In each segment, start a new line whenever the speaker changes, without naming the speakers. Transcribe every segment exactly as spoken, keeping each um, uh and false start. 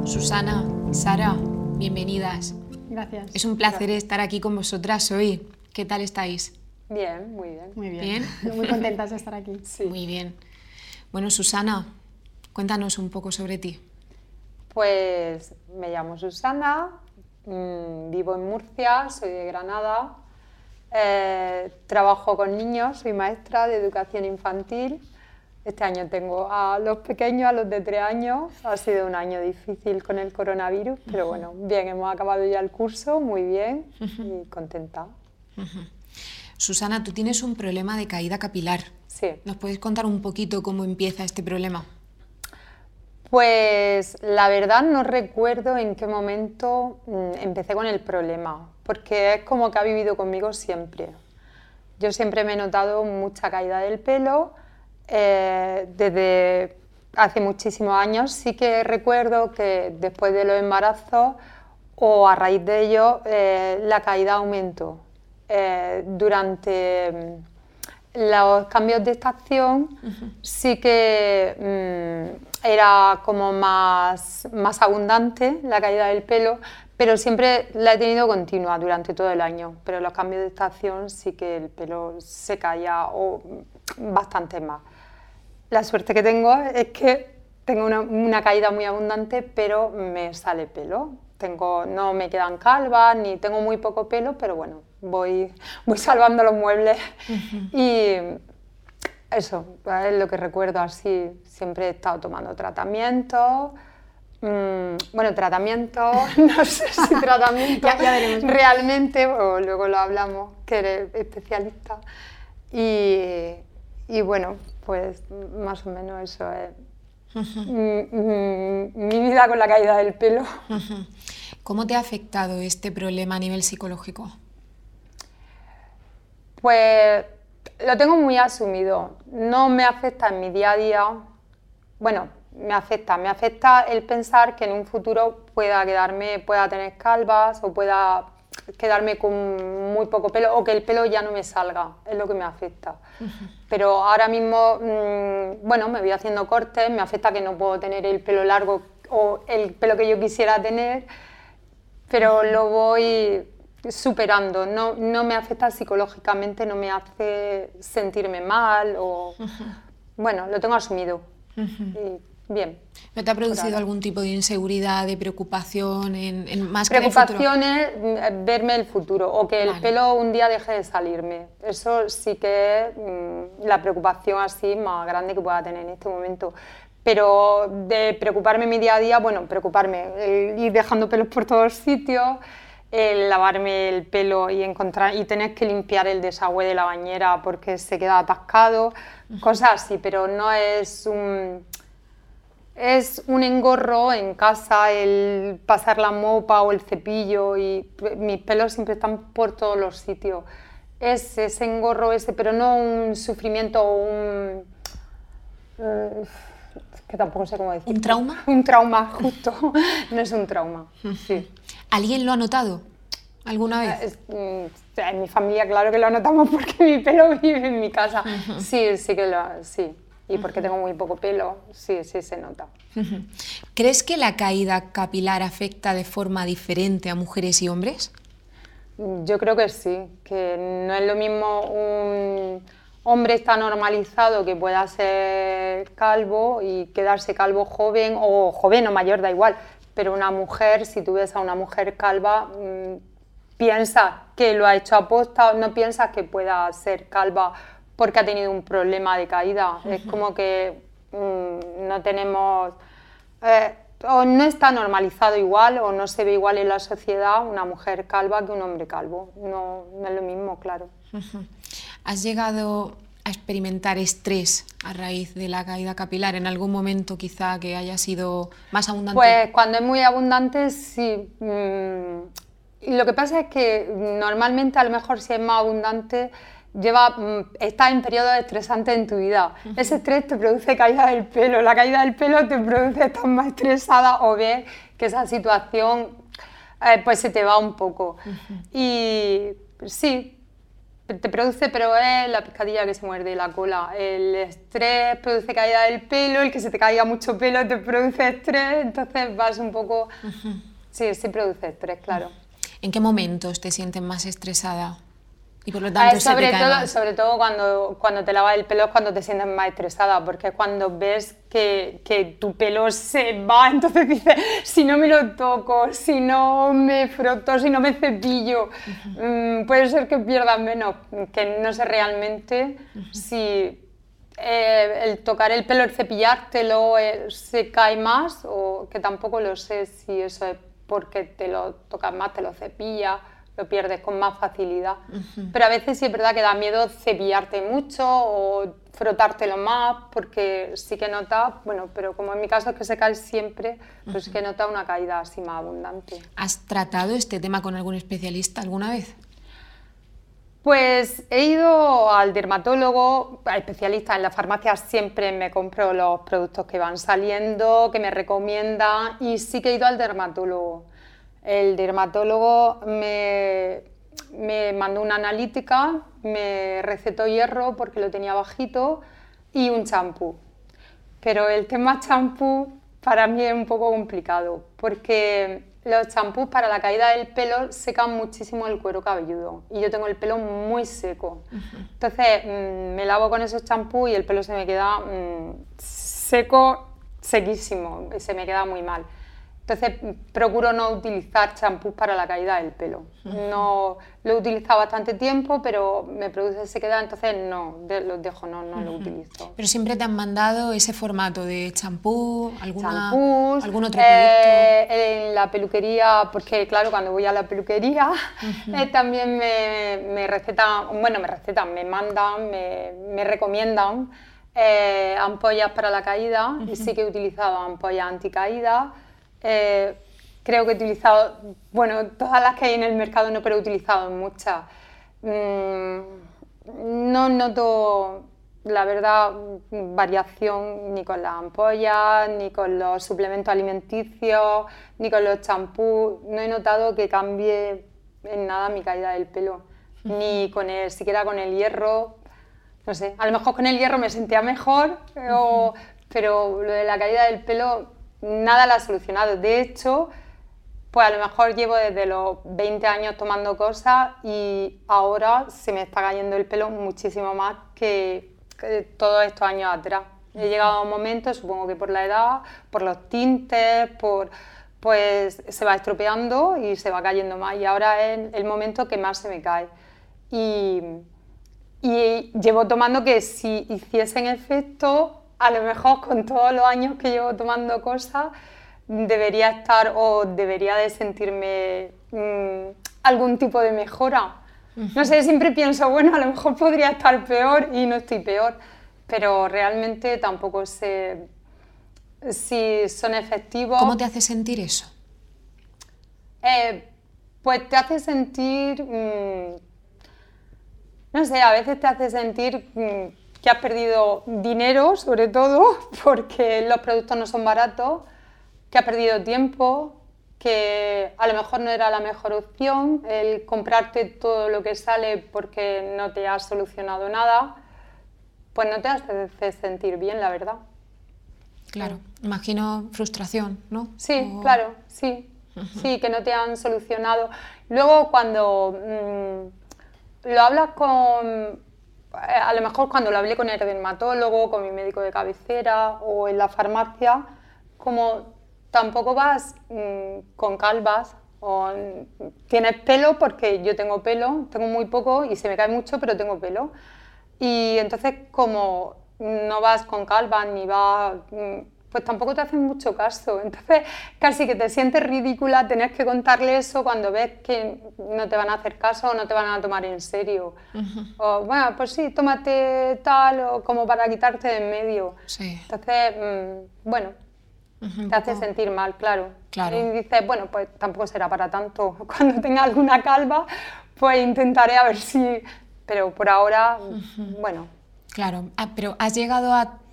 Susana, Sara, bienvenidas.
Gracias.
Es un placer estar aquí con vosotras hoy. ¿Qué tal estáis?
Bien, muy bien.
Muy bien.
¿Bien?
Muy contentas de estar aquí.
Sí.
Muy bien. Bueno, Susana, cuéntanos un poco sobre ti.
Pues me llamo Susana, mmm, vivo en Murcia, soy de Granada, eh, trabajo con niños, soy maestra de educación infantil. Este año tengo a los pequeños, a los de tres años. Ha sido un año difícil con el coronavirus, pero bueno, bien, hemos acabado ya el curso, muy bien y contenta.
Susana, tú tienes un problema de caída capilar.
Sí.
¿Nos puedes contar un poquito cómo empieza este problema?
Pues la verdad no recuerdo en qué momento mmm, empecé con el problema, porque es como que ha vivido conmigo siempre. Yo siempre me he notado mucha caída del pelo, eh, desde hace muchísimos años. Sí que recuerdo que después de los embarazos o a raíz de ello eh, la caída aumentó. Eh, durante los cambios de estación uh-huh. sí que mmm, era como más, más abundante la caída del pelo, pero siempre la he tenido continua durante todo el año. Pero los cambios de estación sí que el pelo se caía o bastante más. La suerte que tengo es que tengo una, una caída muy abundante, pero me sale pelo. Tengo, no me quedan calvas, ni tengo muy poco pelo, pero bueno, voy, voy salvando los muebles. Uh-huh. Y eso es lo que recuerdo así. Siempre he estado tomando tratamientos. Mm, bueno, tratamiento, no sé si tratamiento
ya, ya veremos.
Realmente, o luego lo hablamos, que eres especialista. Y, y bueno, pues más o menos eso es. Uh-huh. mi, mi vida con la caída del pelo.
Uh-huh. ¿Cómo te ha afectado este problema a nivel psicológico?
Pues lo tengo muy asumido. No me afecta en mi día a día. Bueno, me afecta. Me afecta el pensar que en un futuro pueda quedarme, pueda tener calvas o pueda quedarme con muy poco pelo o que el pelo ya no me salga. Es lo que me afecta. Uh-huh. Pero ahora mismo, mmm, bueno, me voy haciendo cortes, me afecta que no puedo tener el pelo largo o el pelo que yo quisiera tener, pero lo voy superando. No, no me afecta psicológicamente, no me hace sentirme mal o... Uh-huh. Bueno, lo tengo asumido. Uh-huh. Y bien.
¿No te ha producido algún tipo de inseguridad, de preocupación en, en más que
Preocupación es verme el futuro o que el
vale.
pelo un día deje de salirme. Eso sí que es mmm, la preocupación así más grande que pueda tener en este momento. Pero de preocuparme mi día a día, bueno, preocuparme, el ir dejando pelos por todos sitios, el lavarme el pelo y encontrar y tener que limpiar el desagüe de la bañera porque se queda atascado, uh-huh. cosas así, pero no es un... Es un engorro en casa el pasar la mopa o el cepillo y mis pelos siempre están por todos los sitios. Es ese engorro ese, pero no un sufrimiento o un... Uh, que tampoco sé cómo decir.
¿Un trauma?
Un trauma, justo. No es un trauma, sí.
¿Alguien lo ha notado alguna vez?
Es, en mi familia claro que lo notamos porque mi pelo vive en mi casa. Uh-huh. Sí, sí que lo... Sí. Y porque tengo muy poco pelo, sí, sí se nota.
¿Crees que la caída capilar afecta de forma diferente a mujeres y hombres?
Yo creo que sí, que no es lo mismo un hombre está normalizado que pueda ser calvo y quedarse calvo joven o joven o mayor, da igual, pero una mujer, si tú ves a una mujer calva, mmm, piensas que lo ha hecho aposta, no piensas que pueda ser calva porque ha tenido un problema de caída. Uh-huh. Es como que mmm, no tenemos... Eh, o no está normalizado igual o no se ve igual en la sociedad una mujer calva que un hombre calvo. No, no es lo mismo, claro.
Uh-huh. ¿Has llegado a experimentar estrés a raíz de la caída capilar en algún momento quizá que haya sido más abundante?
Pues cuando es muy abundante sí. Mmm, y lo que pasa es que normalmente a lo mejor si es más abundante... Lleva, estás en periodos estresantes en tu vida. Uh-huh. Ese estrés te produce caída del pelo, la caída del pelo te produce estar más estresada o ver que esa situación eh, pues se te va un poco. Uh-huh. Y sí, te produce, pero es la pescadilla que se muerde la cola. El estrés produce caída del pelo, el que se te caiga mucho pelo te produce estrés, entonces vas un poco... Uh-huh. Sí, sí produce estrés, claro.
¿En qué momentos te sientes más estresada? Y por lo tanto
eh, sobre,
se te cae
todo,
más.
sobre todo cuando, cuando te lavas el pelo es cuando te sientes más estresada, porque es cuando ves que, que tu pelo se va, entonces dices, si no me lo toco, si no me froto, si no me cepillo, uh-huh. mmm, puede ser que pierdas menos, que no sé realmente uh-huh. si eh, el tocar el pelo, el cepillártelo eh, se cae más, o que tampoco lo sé si eso es porque te lo tocas más, te lo cepillas, lo pierdes con más facilidad. Uh-huh. Pero a veces sí es verdad que da miedo cepillarte mucho o frotártelo más, porque sí que notas, bueno, pero como en mi caso es que se cae siempre, pues uh-huh. sí que notas una caída así más abundante.
¿Has tratado este tema con algún especialista alguna vez?
Pues he ido al dermatólogo, a especialistas en la farmacia, siempre me compro los productos que van saliendo, que me recomiendan, y sí que he ido al dermatólogo. El dermatólogo me, me mandó una analítica, me recetó hierro porque lo tenía bajito y un champú. Pero el tema champú para mí es un poco complicado porque los champús para la caída del pelo secan muchísimo el cuero cabelludo y yo tengo el pelo muy seco. Uh-huh. Entonces mmm, me lavo con esos champús y el pelo se me queda mmm, seco, sequísimo, y se me queda muy mal. Entonces procuro no utilizar champús para la caída del pelo. Uh-huh. No, lo he utilizado bastante tiempo, pero me produce sequedad, entonces no, de, los dejo, no, no uh-huh. lo utilizo.
¿Pero siempre te han mandado ese formato de champú, alguna,
Champús,
algún otro
eh,
producto?
En la peluquería, porque claro, cuando voy a la peluquería uh-huh. eh, también me, me recetan, bueno, me recetan, me mandan, me, me recomiendan eh, ampollas para la caída, uh-huh. y sí que he utilizado ampollas anticaída. Eh, creo que he utilizado, bueno, todas las que hay en el mercado no, pero he utilizado muchas. Mm, no noto, la verdad, variación ni con las ampollas, ni con los suplementos alimenticios, ni con los champús. No he notado que cambie en nada mi caída del pelo, ni con el, siquiera con el hierro. No sé, a lo mejor con el hierro me sentía mejor, o, pero lo de la caída del pelo nada la ha solucionado. De hecho, pues a lo mejor llevo desde los veinte años tomando cosas y ahora se me está cayendo el pelo muchísimo más que, que todos estos años atrás. He llegado a un momento, supongo que por la edad, por los tintes, por, pues se va estropeando y se va cayendo más, y ahora es el momento que más se me cae. Y, y llevo tomando que si hiciesen efecto, a lo mejor con todos los años que llevo tomando cosas, debería estar o debería de sentirme mmm, algún tipo de mejora. Uh-huh. No sé, siempre pienso, bueno, a lo mejor podría estar peor y no estoy peor, pero realmente tampoco sé si son efectivos.
¿Cómo te hace sentir eso?
Eh, pues te hace sentir, mmm, no sé, a veces te hace sentir mmm, que has perdido dinero, sobre todo, porque los productos no son baratos, que has perdido tiempo, que a lo mejor no era la mejor opción el comprarte todo lo que sale porque no te ha solucionado nada, pues no te hace sentir bien, la verdad.
Claro, imagino frustración, ¿no?
Sí,
o...
claro, sí, uh-huh. sí, que no te han solucionado. Luego cuando mmm, lo hablas con... A lo mejor cuando lo hablé con el dermatólogo, con mi médico de cabecera o en la farmacia, como tampoco vas mmm, con calvas o tienes pelo, porque yo tengo pelo, tengo muy poco y se me cae mucho, pero tengo pelo. Y entonces como no vas con calvas ni vas... pues tampoco te hacen mucho caso. Entonces casi que te sientes ridícula tener que contarle eso cuando ves que no te van a hacer caso o no te van a tomar en serio. Uh-huh. O bueno, pues sí, tómate tal, o como para quitarte de en medio.
Sí.
Entonces, mmm, bueno, uh-huh, te hace poco... sentir mal, claro.
claro.
Y dices, bueno, pues tampoco será para tanto. Cuando tenga alguna calva, pues intentaré a ver si... Pero por ahora, uh-huh. bueno.
Claro, ah, pero has llegado a...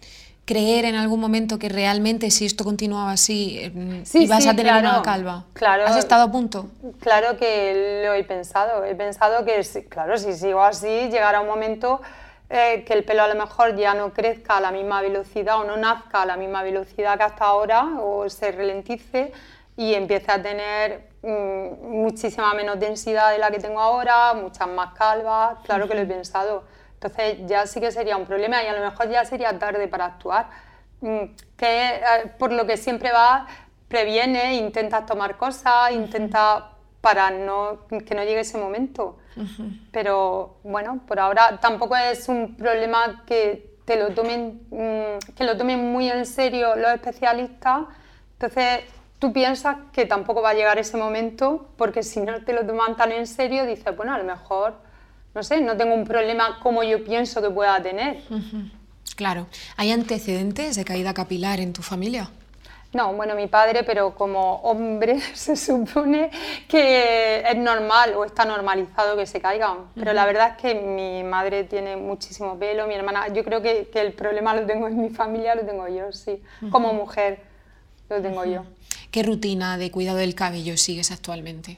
creer en algún momento que realmente si esto continuaba así eh,
Sí,
ibas
sí,
a tener
claro,
una calva?
claro.
¿Has estado a punto?
Claro que lo he pensado. He pensado que, si- claro, si sigo así, llegará un momento eh, que el pelo a lo mejor ya no crezca a la misma velocidad o no nazca a la misma velocidad que hasta ahora o se ralentice y empiece a tener mm, muchísima menos densidad de la que tengo ahora, muchas más calvas. Claro que lo he pensado. Entonces ya sí que sería un problema y a lo mejor ya sería tarde para actuar. Mm, que eh, por lo que siempre vas, previene, intentas tomar cosas, intentas para no, que no llegue ese momento. Uh-huh. Pero bueno, por ahora tampoco es un problema que te lo tomen, mmm, que lo tomen muy en serio los especialistas. Entonces tú piensas que tampoco va a llegar ese momento porque si no te lo toman tan en serio dices, bueno, a lo mejor, no sé, no tengo un problema como yo pienso que pueda tener.
Uh-huh. Claro. ¿Hay antecedentes de caída capilar en tu familia?
No, bueno, mi padre, pero como hombre se supone que es normal o está normalizado que se caigan. Pero uh-huh. la verdad es que mi madre tiene muchísimo pelo, mi hermana, yo creo que, que el problema lo tengo en mi familia, lo tengo yo, sí. Uh-huh. Como mujer lo tengo uh-huh. yo.
¿Qué rutina de cuidado del cabello sigues actualmente?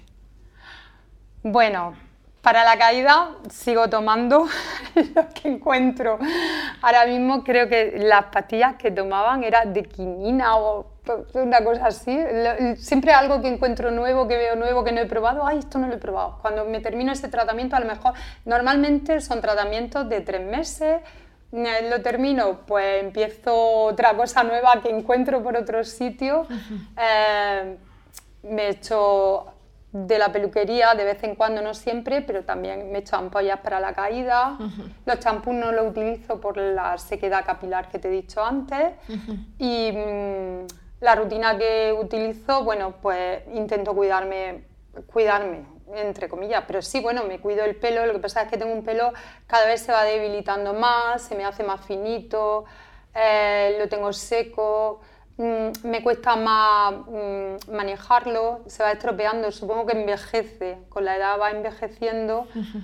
Bueno, para la caída sigo tomando lo que encuentro. Ahora mismo creo que las pastillas que tomaban eran de quinina o una cosa así. Siempre algo que encuentro nuevo, que veo nuevo, que no he probado. Ay, esto no lo he probado. Cuando me termino ese tratamiento, a lo mejor, normalmente son tratamientos de tres meses. Lo termino, pues empiezo otra cosa nueva que encuentro por otro sitio. Uh-huh. eh, me echo de la peluquería de vez en cuando, no siempre, pero también me echo ampollas para la caída. Uh-huh. Los champús no los utilizo por la sequedad capilar que te he dicho antes. Uh-huh. Y mmm, la rutina que utilizo, bueno, pues intento cuidarme, cuidarme, entre comillas, pero sí, bueno, me cuido el pelo. Lo que pasa es que tengo un pelo cada vez se va debilitando más, se me hace más finito, eh, lo tengo seco. Me cuesta más mm, manejarlo, se va estropeando, supongo que envejece, con la edad va envejeciendo. Uh-huh.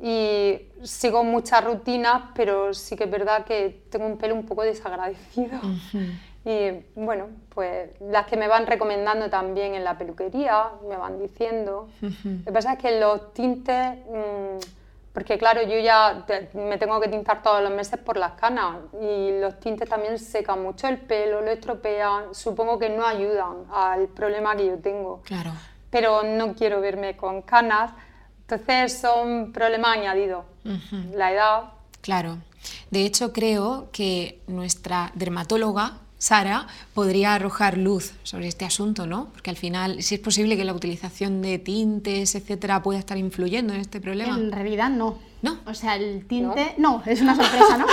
Y sigo muchas rutinas, pero sí que es verdad que tengo un pelo un poco desagradecido. Uh-huh. Y bueno, pues las que me van recomendando también en la peluquería, me van diciendo. Uh-huh. Lo que pasa es que los tintes... Mmm, porque claro, yo ya te, me tengo que tintar todos los meses por las canas y los tintes también secan mucho el pelo, lo estropean, supongo que no ayudan al problema que yo tengo.
Claro.
Pero no quiero verme con canas, entonces son problemas añadidos. Uh-huh. La edad...
Claro. De hecho, creo que nuestra dermatóloga, Sara, podría arrojar luz sobre este asunto, ¿no? Porque al final, si es posible que la utilización de tintes, etcétera, pueda estar influyendo en este problema.
En realidad no.
¿No?
O sea, el tinte... No, no es una sorpresa, ¿no?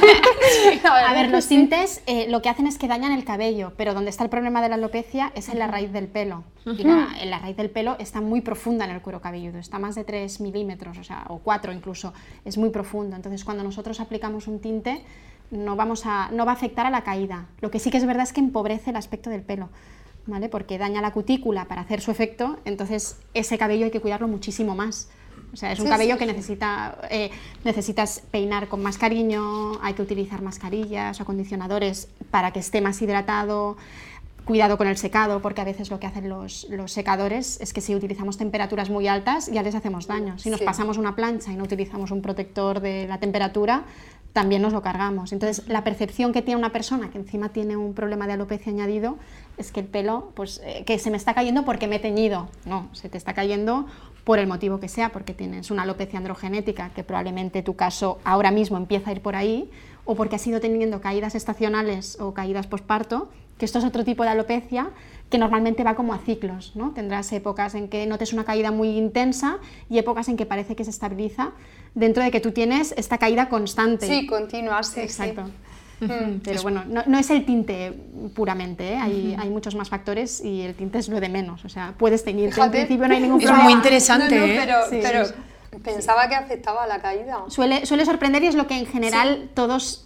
Sí, a ver, los tintes eh, lo que hacen es que dañan el cabello, pero donde está el problema de la alopecia es en la raíz del pelo. Uh-huh. Y la, en la raíz del pelo está muy profunda en el cuero cabelludo, está más de tres milímetros, o sea, o cuatro incluso, es muy profundo. Entonces, cuando nosotros aplicamos un tinte, no, vamos a, no va a afectar a la caída. Lo que sí que es verdad es que empobrece el aspecto del pelo, ¿vale? Porque daña la cutícula para hacer su efecto, entonces ese cabello hay que cuidarlo muchísimo más. O sea, es un sí, cabello sí, que sí. necesita, eh, necesitas peinar con más cariño, hay que utilizar mascarillas o acondicionadores para que esté más hidratado. Cuidado con el secado, porque a veces lo que hacen los, los secadores es que si utilizamos temperaturas muy altas ya les hacemos daño. Si nos sí. pasamos una plancha y no utilizamos un protector de la temperatura, también nos lo cargamos. Entonces, la percepción que tiene una persona que encima tiene un problema de alopecia añadido es que el pelo, pues, eh, que se me está cayendo porque me he teñido. No, se te está cayendo por el motivo que sea, porque tienes una alopecia androgenética, que probablemente tu caso ahora mismo empieza a ir por ahí, o porque has ido teniendo caídas estacionales o caídas posparto, que esto es otro tipo de alopecia que normalmente va como a ciclos, ¿no? Tendrás épocas en que notes una caída muy intensa y épocas en que parece que se estabiliza dentro de que tú tienes esta caída constante.
Sí, continua, sí.
Exacto.
Sí.
Mm, pero bueno, no, no es el tinte puramente, ¿eh? hay, uh-huh. hay muchos más factores y el tinte es lo de menos, o sea, puedes teñirte, en principio no hay ningún problema.
Es muy interesante,
no, no, pero,
¿eh? Sí,
pero
sí.
pensaba que afectaba a la caída.
Suele, suele sorprender y es lo que en general sí. todos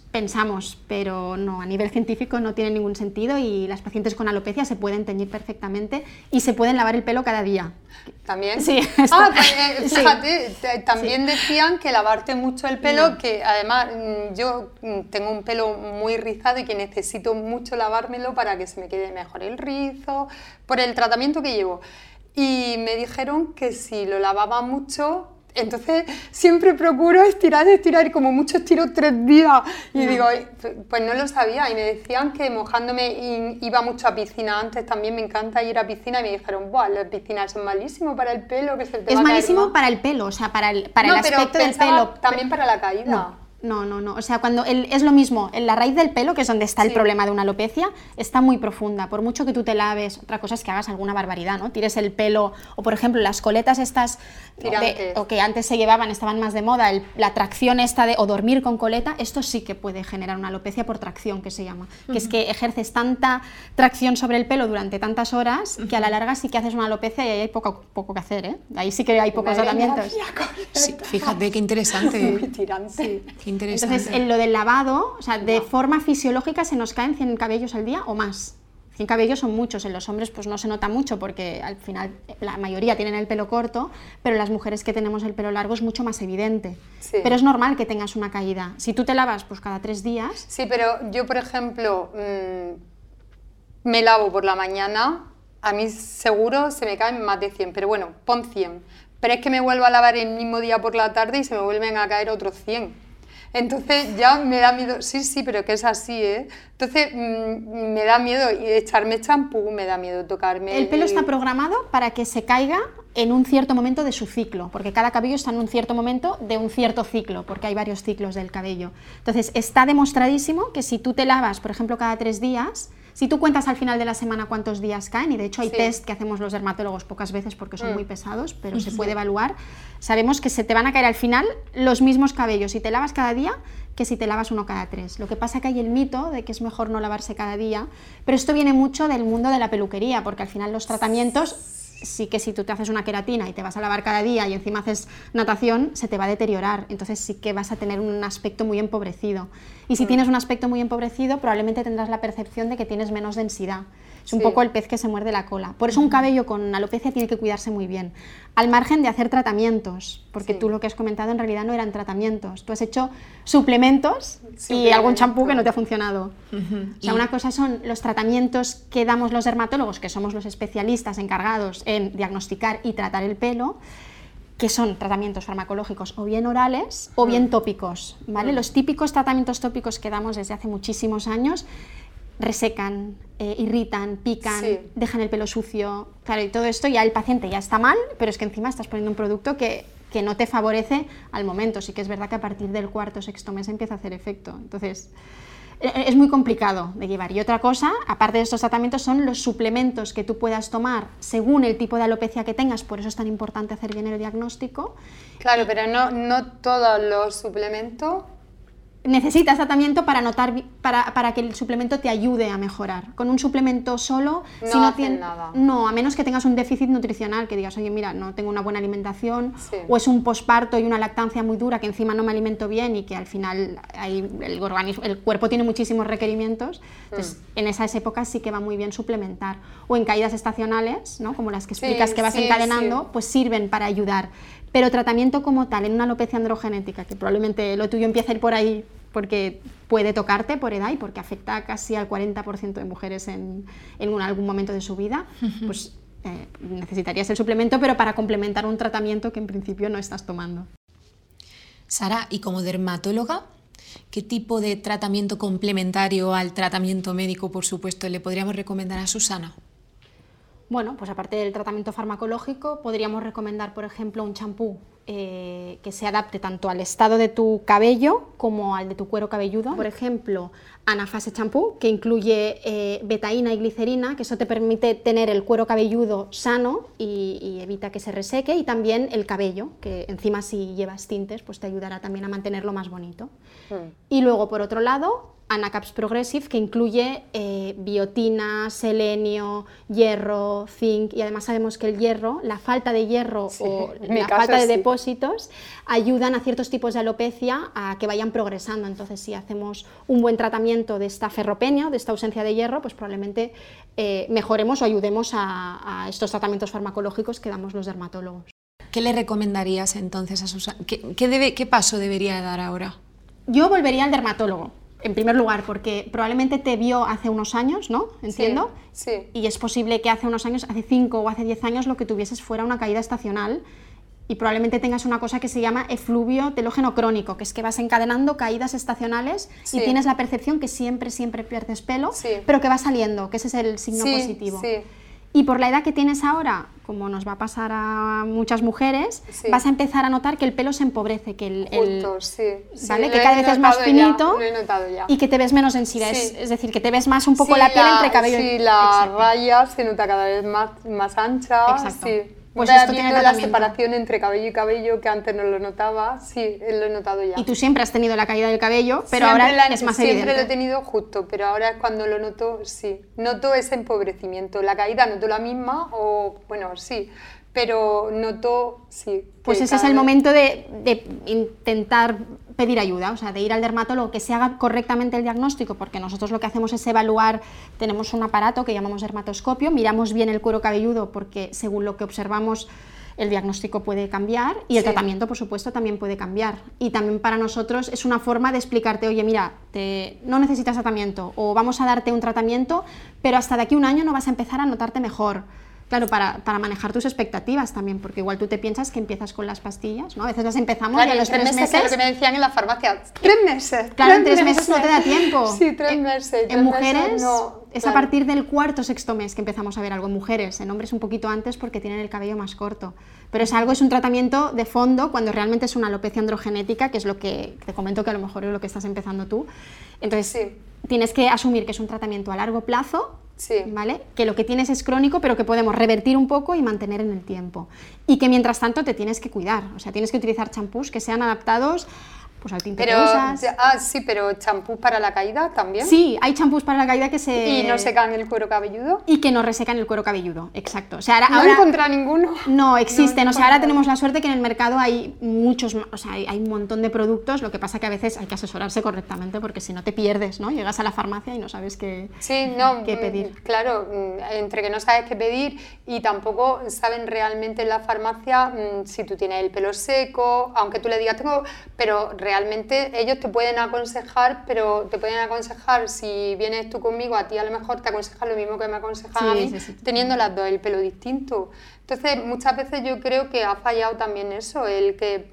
pensamos, pero no, a nivel científico no tiene ningún sentido y las pacientes con alopecia se pueden teñir perfectamente y se pueden lavar el pelo cada día.
¿También?
Sí.
Ah, pues, eh, fíjate,
sí.
también
sí.
decían que lavarte mucho el pelo,
no.
que además yo tengo un pelo muy rizado y que necesito mucho lavármelo para que se me quede mejor el rizo, por el tratamiento que llevo. Y me dijeron que si lo lavaba mucho, entonces siempre procuro estirar, estirar y como mucho estiro tres días. Y no. digo, pues no lo sabía. Y me decían que mojándome, iba mucho a piscina antes, también me encanta ir a piscina. Y me dijeron, buah, las piscinas son malísimo para el pelo, que se te
Es
va a
malísimo
caer
para el pelo, o sea, para el, para
no,
el aspecto
pero
del pelo.
También para la caída.
No. No, no, no. O sea, cuando el, es lo mismo, en la raíz del pelo, que es donde está sí. el problema de una alopecia, está muy profunda. Por mucho que tú te laves, otra cosa es que hagas alguna barbaridad, ¿no? Tires el pelo, o por ejemplo, las coletas estas, de, o que antes se llevaban, estaban más de moda, el, la tracción esta de, o dormir con coleta, esto sí que puede generar una alopecia por tracción, que se llama. Uh-huh. Que es que ejerces tanta tracción sobre el pelo durante tantas horas, uh-huh. que a la larga sí que haces una alopecia y ahí hay poco, poco que hacer, ¿eh? Ahí sí que hay pocos tratamientos.
Sí, fíjate qué interesante.
Muy tirante.
Sí.
Interesante.
Entonces, en lo del lavado, o sea, de no. forma fisiológica se nos caen cien cabellos al día o más. cien cabellos son muchos, en los hombres pues no se nota mucho porque al final la mayoría tienen el pelo corto, pero las mujeres que tenemos el pelo largo es mucho más evidente.
Sí.
Pero es normal que tengas una caída. Si tú te lavas pues cada tres días...
Sí, pero yo, por ejemplo, mmm, me lavo por la mañana, a mí seguro se me caen más de cien, pero bueno, pon cien. Pero es que me vuelvo a lavar el mismo día por la tarde y se me vuelven a caer otros cien. Entonces ya me da miedo, sí, sí, pero que es así, ¿eh? Entonces mmm, me da miedo echarme champú, me da miedo tocarme...
El pelo está programado para que se caiga en un cierto momento de su ciclo, porque cada cabello está en un cierto momento de un cierto ciclo, porque hay varios ciclos del cabello. Entonces está demostradísimo que si tú te lavas, por ejemplo, cada tres días... Si tú cuentas al final de la semana cuántos días caen, y de hecho hay sí. test que hacemos los dermatólogos pocas veces porque son mm. muy pesados, pero se puede evaluar, sabemos que se te van a caer al final los mismos cabellos si te lavas cada día que si te lavas uno cada tres. Lo que pasa que hay el mito de que es mejor no lavarse cada día, pero esto viene mucho del mundo de la peluquería, porque al final los tratamientos... sí que si tú te haces una queratina y te vas a lavar cada día y encima haces natación, se te va a deteriorar, entonces sí que vas a tener un aspecto muy empobrecido. Y si mm. tienes un aspecto muy empobrecido, probablemente tendrás la percepción de que tienes menos densidad. Es un sí. poco el pez que se muerde la cola. Por eso un cabello con alopecia tiene que cuidarse muy bien, al margen de hacer tratamientos, porque sí. tú lo que has comentado en realidad no eran tratamientos, tú has hecho suplementos y algún champú que no te ha funcionado. Uh-huh. O sea, una cosa son los tratamientos que damos los dermatólogos, que somos los especialistas encargados en diagnosticar y tratar el pelo, que son tratamientos farmacológicos o bien orales o bien tópicos, ¿vale? Uh-huh. Los típicos tratamientos tópicos que damos desde hace muchísimos años resecan, eh, irritan, pican, sí. dejan el pelo sucio, claro, y todo esto ya el paciente ya está mal, pero es que encima estás poniendo un producto que, que no te favorece al momento. Sí que es verdad que a partir del cuarto o sexto mes empieza a hacer efecto, entonces es muy complicado de llevar. Y otra cosa, aparte de estos tratamientos, son los suplementos que tú puedas tomar según el tipo de alopecia que tengas, por eso es tan importante hacer bien el diagnóstico.
Claro, pero no, no todos los suplementos...
Necesitas tratamiento para, notar, para, para que el suplemento te ayude a mejorar. Con un suplemento solo,
no,
si no
hacen
tiene,
nada.
No, a menos que tengas un déficit nutricional, que digas, oye, mira, no tengo una buena alimentación,
sí.
o es un posparto y una lactancia muy dura, que encima no me alimento bien y que al final hay, el, organismo, el cuerpo tiene muchísimos requerimientos, entonces mm. en esas épocas sí que va muy bien suplementar. O en caídas estacionales, ¿no? Como las que explicas
sí,
que vas
sí,
encadenando,
sí.
pues sirven para ayudar. Pero tratamiento como tal, en una alopecia androgenética, que probablemente lo tuyo empieza a ir por ahí, porque puede tocarte por edad y porque afecta casi al cuarenta por ciento de mujeres en, en algún momento de su vida, pues eh, necesitarías el suplemento, pero para complementar un tratamiento que en principio no estás tomando.
Sara, y como dermatóloga, ¿qué tipo de tratamiento complementario al tratamiento médico, por supuesto, le podríamos recomendar a Susana?
Bueno, pues aparte del tratamiento farmacológico, podríamos recomendar, por ejemplo, un champú eh, que se adapte tanto al estado de tu cabello como al de tu cuero cabelludo. Por ejemplo, Anafase champú, que incluye eh, betaína y glicerina, que eso te permite tener el cuero cabelludo sano y, y evita que se reseque, y también el cabello, que encima si llevas tintes, pues te ayudará también a mantenerlo más bonito. Mm. Y luego, por otro lado, Anacaps Progressive, que incluye eh, biotina, selenio, hierro, zinc, y además sabemos que el hierro, la falta de hierro
sí,
o
la
falta
caso,
de
sí.
depósitos ayudan a ciertos tipos de alopecia a que vayan progresando. Entonces, si hacemos un buen tratamiento de esta ferropenia, de esta ausencia de hierro, pues probablemente eh, mejoremos o ayudemos a, a estos tratamientos farmacológicos que damos los dermatólogos.
¿Qué le recomendarías entonces a Susana? ¿Qué, qué, debe, qué paso debería dar ahora?
Yo volvería al dermatólogo, en primer lugar, porque probablemente te vio hace unos años, ¿no? Entiendo.
Sí, sí.
Y es posible que hace unos años, hace cinco o hace diez años, lo que tuvieses fuera una caída estacional y probablemente tengas una cosa que se llama efluvio telógeno crónico, que es que vas encadenando caídas estacionales
Sí.
y tienes la percepción que siempre, siempre pierdes pelo,
Sí.
pero que va saliendo, que ese es el signo
Sí,
positivo.
sí.
Y por la edad que tienes ahora, como nos va a pasar a muchas mujeres,
Sí.
vas a empezar a notar que el pelo se empobrece, que el, el-
Justo, sí. Sí,
¿vale?
lo
Que
he
cada vez es más
notado
finito
ya, lo he notado ya.
y que te ves menos densidad,
Sí.
es, es decir, que te ves más un poco
Sí,
la piel entre cabello y...
Sí, la
Exacto.
raya se nota cada vez más, más ancha.
Exacto.
Sí.
Pues
Vaya
esto tiene
viendo la
tratamiento.
separación entre cabello y cabello, que antes no lo notaba, sí, lo he notado ya.
Y tú siempre has tenido la caída del cabello, pero
Siempre
ahora
la-
es más
siempre
evidente.
lo he tenido justo, pero ahora es cuando lo noto, sí. Noto ese empobrecimiento. La caída noto la misma, o bueno, sí, pero noto, sí. que
Pues ese es
cada
el
vez-
momento de, de intentar pedir ayuda, o sea, de ir al dermatólogo, que se haga correctamente el diagnóstico, porque nosotros lo que hacemos es evaluar, tenemos un aparato que llamamos dermatoscopio, miramos bien el cuero cabelludo porque según lo que observamos el diagnóstico puede cambiar y el
Sí.
tratamiento, por supuesto, también puede cambiar. Y también para nosotros es una forma de explicarte, oye, mira, te, no necesitas tratamiento o vamos a darte un tratamiento, pero hasta de aquí a un año no vas a empezar a notarte mejor. Claro, para, para manejar tus expectativas también, porque igual tú te piensas que empiezas con las pastillas, ¿no? A veces las empezamos
Claro,
y a
en
los
tres
tres
meses, que es
meses...
lo que me decían en la farmacia, tres meses.
Claro, en tres meses no te da tiempo.
Sí, tres
Eh,
meses. tres
En mujeres
meses no,
es
claro.
a partir del cuarto o sexto mes que empezamos a ver algo. En mujeres, en hombres un poquito antes porque tienen el cabello más corto. Pero es algo, es un tratamiento de fondo cuando realmente es una alopecia androgenética, que es lo que te comento que a lo mejor es lo que estás empezando tú. Entonces,
Sí.
tienes que asumir que es un tratamiento a largo plazo,
Sí.
¿vale? Que lo que tienes es crónico, pero que podemos revertir un poco y mantener en el tiempo. Y que mientras tanto te tienes que cuidar, o sea, tienes que utilizar champús que sean adaptados pues, al tinte
Pero,
que usas.
ya- ah, sí, pero champú para la caída también.
Sí, hay champús para la caída que se...
Y no secan el cuero cabelludo.
Y que no resecan el cuero cabelludo, exacto. O sea, ahora,
No he
ahora-
encontrado ninguno.
no existen,
No, no
o sea, ahora
encuentro.
tenemos la suerte que en el mercado hay muchos, ma- o sea, hay, hay un montón de productos, lo que pasa que a veces hay que asesorarse correctamente porque si no te pierdes, ¿no? Llegas a la farmacia y no sabes qué,
Sí, no,
qué
mm,
pedir.
claro, mm, entre que no sabes qué pedir y tampoco saben realmente en la farmacia mm, si tú tienes el pelo seco, aunque tú le digas tengo, pero realmente ellos te pueden aconsejar, pero te pueden aconsejar, si vienes tú conmigo, a ti a lo mejor te aconsejan lo mismo que me aconsejan a
Sí,
mí,
sí, sí.
teniendo las dos el pelo distinto. Entonces, muchas veces yo creo que ha fallado también eso, el que,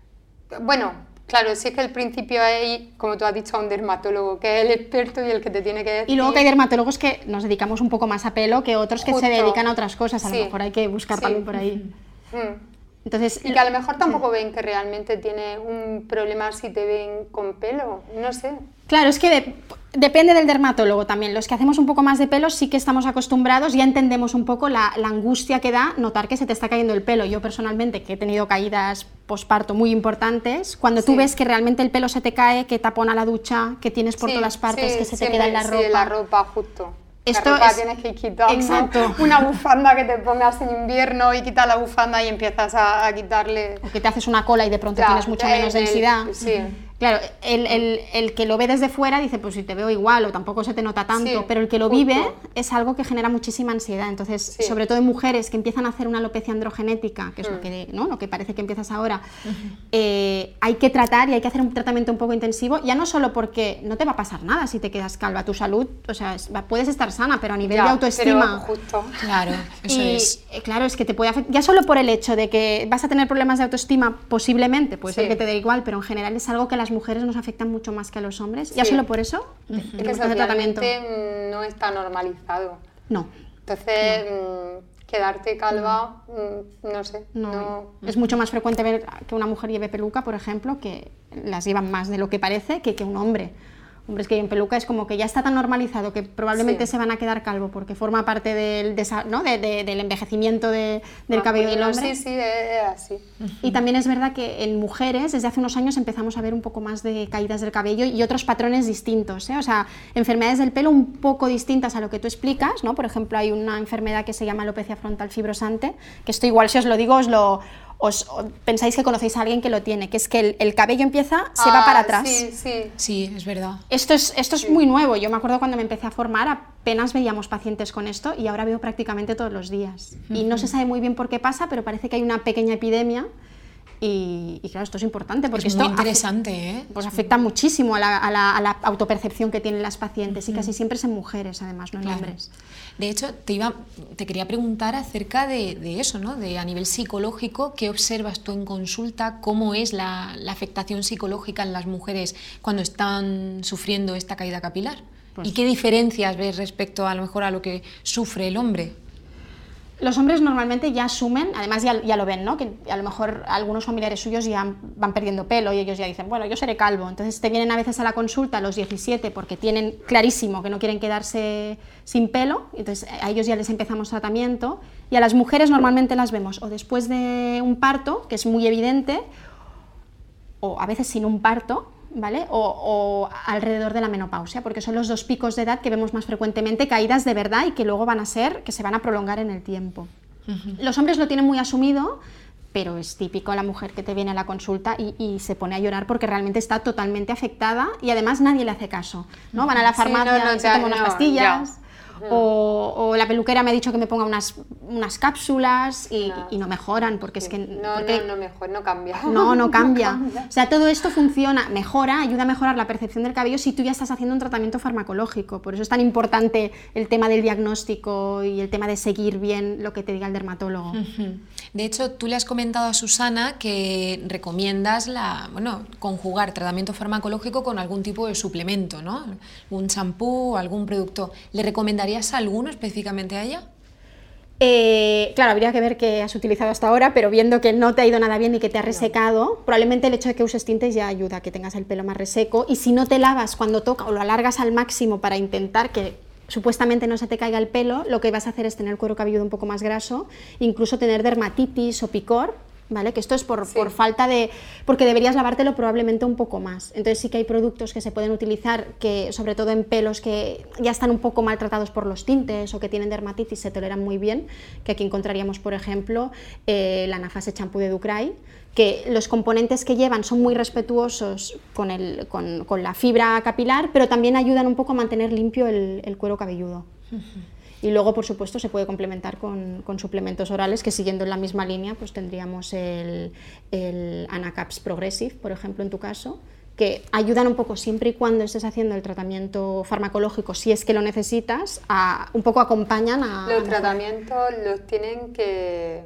bueno, claro, si es que al principio hay, como tú has dicho, a un dermatólogo, que es el experto y el que te tiene que decir...
Y luego que hay dermatólogos que nos dedicamos un poco más a pelo que otros que se
Justo.
dedican a otras cosas, a
Sí.
lo mejor hay que buscar
Sí.
también por ahí.
Mm.
Entonces,
Y que a lo mejor tampoco ven que realmente tiene un problema si te ven con pelo, no sé.
claro, es que de- depende del dermatólogo también. Los que hacemos un poco más de pelo sí que estamos acostumbrados, ya entendemos un poco la, la angustia que da notar que se te está cayendo el pelo. Yo personalmente, que he tenido caídas posparto muy importantes, cuando tú
Sí.
ves que realmente el pelo se te cae, que tapona la ducha, que tienes por
Sí,
todas partes,
sí,
que se te
siempre,
queda en la
sí,
ropa.
la ropa, justo.
Esto
la ropa
es-
tienes que ir quitando.
Exacto.
Una bufanda que te pongas en invierno y quitas la bufanda y empiezas a, a quitarle...
O que te haces una cola y de pronto
Ya,
tienes mucha
en
menos
el-
densidad.
sí.
Claro, el, el- el que lo ve desde fuera dice, pues si te veo igual o tampoco se te nota tanto,
Sí,
pero el que lo
justo.
vive es algo que genera muchísima ansiedad. Entonces,
Sí.
sobre todo en mujeres que empiezan a hacer una alopecia androgenética, que es lo,
Mm.
que, ¿no? lo que parece que empiezas ahora, eh, hay que tratar y hay que hacer un tratamiento un poco intensivo, ya no solo porque no te va a pasar nada si te quedas calva, tu salud, o sea, es- va- puedes estar sana, pero a nivel
Ya,
de autoestima...
Pero justo.
Claro, eso
Y
es.
eh, claro, es que te puede afectar, ya solo por el hecho de que vas a tener problemas de autoestima, posiblemente, puede ser
Sí.
que te dé igual, pero en general es algo que a las mujeres nos afecta mucho más que a los hombres. Ya
Sí.
solo por eso
Es que
tenemos que hacer tratamiento.
socialmente mm, no está normalizado.
No,
Entonces, mm, quedarte calva, mm, no sé.
no,
no-
es mucho más frecuente ver que una mujer lleve peluca, por ejemplo, que las llevan más de lo que parece que que un hombre. hombres que lleven peluca, es como que ya está tan normalizado que probablemente
Sí.
se van a quedar calvo porque forma parte del, desa- ¿no? de, de, del envejecimiento de, del cabello del hombre.
Sí, sí, es así.
Y también es verdad que en mujeres desde hace unos años empezamos a ver un poco más de caídas del cabello y otros patrones distintos, ¿eh? O sea, enfermedades del pelo un poco distintas a lo que tú explicas, ¿no? Por ejemplo, hay una enfermedad que se llama alopecia frontal fibrosante, que esto igual si os lo digo os lo... Os, os pensáis que conocéis a alguien que lo tiene, que es que el, el cabello empieza, se va
Ah,
para atrás.
Sí, sí.
Sí, es verdad.
Esto es, esto es muy nuevo. Yo me acuerdo cuando me empecé a formar, apenas veíamos pacientes con esto y ahora veo prácticamente todos los días. Y no se sabe muy bien por qué pasa, pero parece que hay una pequeña epidemia y, y claro, esto es importante porque
Es
esto
muy interesante, ¿eh?
pues afecta muchísimo a la, a la- a la autopercepción que tienen las pacientes y casi siempre es en mujeres, además, no en
Claro.
hombres.
De hecho, te, iba, te quería preguntar acerca de, de eso, ¿no? De a nivel psicológico, ¿qué observas tú en consulta? ¿Cómo es la, la afectación psicológica en las mujeres cuando están sufriendo esta caída capilar?
Pues-
¿Y qué diferencias ves respecto a lo mejor a lo que sufre el hombre?
Los hombres normalmente ya asumen, además ya, ya lo ven, ¿no? Que a lo mejor algunos familiares suyos ya van perdiendo pelo y ellos ya dicen, bueno, yo seré calvo. Entonces te vienen a veces a la consulta a los diecisiete porque tienen clarísimo que no quieren quedarse sin pelo, entonces a ellos ya les empezamos tratamiento y a las mujeres normalmente las vemos o después de un parto, que es muy evidente, o a veces sin un parto, ¿vale? O, o alrededor de la menopausia, porque son los dos picos de edad que vemos más frecuentemente, caídas de verdad y que luego van a ser, que se van a prolongar en el tiempo. Uh-huh. Los hombres lo tienen muy asumido, pero es típico la mujer que te viene a la consulta y, y se pone a llorar porque realmente está totalmente afectada y además nadie le hace caso, ¿no? Van a la farmacia,
sí, no, no,
y se toman
no,
unas pastillas...
Ya.
O, o la peluquera me ha dicho que me ponga unas, unas cápsulas y no, y no mejoran porque
sí.
es que...
No,
porque,
no, no mejor, no cambia.
No, no cambia.
no cambia.
O sea, todo esto funciona, mejora, ayuda a mejorar la percepción del cabello si tú ya estás haciendo un tratamiento farmacológico. Por eso es tan importante el tema del diagnóstico y el tema de seguir bien lo que te diga el dermatólogo.
Uh-huh. De hecho, tú le has comentado a Susana que recomiendas la, bueno, conjugar tratamiento farmacológico con algún tipo de suplemento, ¿no? Un champú o algún producto. ¿Le recomendarías alguno específicamente a ella?
Eh, claro, habría que ver qué has utilizado hasta ahora, pero viendo que no te ha ido nada bien y que te ha resecado, no. Probablemente el hecho de que uses tintes ya ayuda a que tengas el pelo más reseco. Y si no te lavas cuando toca o lo alargas al máximo para intentar que supuestamente no se te caiga el pelo, lo que vas a hacer es tener el cuero cabelludo un poco más graso, incluso tener dermatitis o picor, ¿vale? Que esto es por, sí. por falta de... porque deberías lavártelo probablemente un poco más. Entonces sí que hay productos que se pueden utilizar, que sobre todo en pelos que ya están un poco maltratados por los tintes o que tienen dermatitis, se toleran muy bien, que aquí encontraríamos, por ejemplo, eh, la Nafase champú de Ducray, que los componentes que llevan son muy respetuosos con, el, con, con la fibra capilar, pero también ayudan un poco a mantener limpio el, el cuero cabelludo. Uh-huh. Y luego, por supuesto, se puede complementar con, con suplementos orales, que siguiendo en la misma línea, pues tendríamos el, el Anacaps Progressive, por ejemplo, en tu caso, que ayudan un poco siempre y cuando estés haciendo el tratamiento farmacológico, si es que lo necesitas, a, un poco acompañan a...
Los tratamientos los tienen que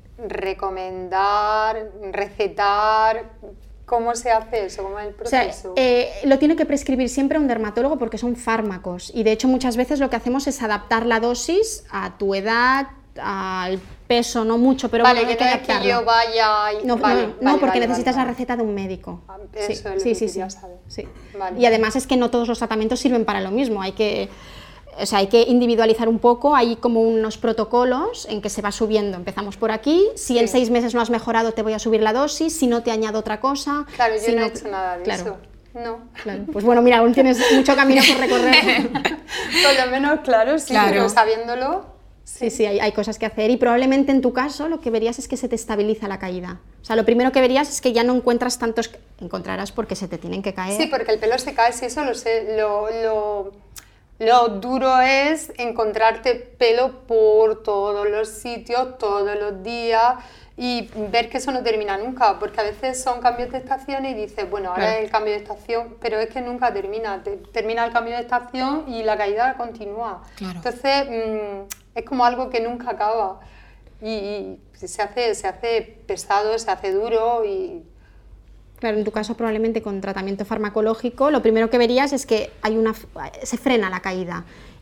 recomendar, recetar. ¿Cómo se hace eso? ¿Cómo es el proceso?
O sea, eh, lo tiene que prescribir siempre un dermatólogo porque son fármacos y de hecho muchas veces lo que hacemos es adaptar la dosis a tu edad, al peso, no mucho, pero
vale,
bueno, hay
que
que
no es
adaptarlo.
que yo vaya y...
No,
vale,
no,
vale,
no porque
vale,
necesitas
vale,
la receta de un médico.
Eso
sí,
es lo
sí,
que
sí,
quería
sí,
saber.
sí.
Vale.
Y además es que no todos los tratamientos sirven para lo mismo, hay que... O sea, hay que individualizar un poco, hay como unos protocolos en que se va subiendo. Empezamos por aquí, si sí. en seis meses no has mejorado te voy a subir la dosis, si no te añado otra cosa...
Claro, yo
si
no
no
he hecho nada de
claro.
eso. No.
Claro. Pues bueno, mira, aún tienes mucho camino por recorrer.
Por lo menos, claro, sí, claro. Pero sabiéndolo...
Sí, sí, sí hay, hay cosas que hacer y probablemente en tu caso lo que verías es que se te estabiliza la caída. O sea, lo primero que verías es que ya no encuentras tantos... Encontrarás porque se te tienen que caer.
Sí, porque el pelo se cae, sí, eso lo sé, lo... lo... Lo duro es encontrarte pelo por todos los sitios, todos los días y ver que eso no termina nunca, porque a veces son cambios de estación y dices, bueno, ahora claro. es el cambio de estación, pero es que nunca termina, Te, termina el cambio de estación y la caída continúa.
Claro.
Entonces mmm, es como algo que nunca acaba y, y se, hace, se hace pesado, se hace duro y...
Claro, en tu caso probablemente con tratamiento farmacológico lo primero que verías es que hay una, se frena la caída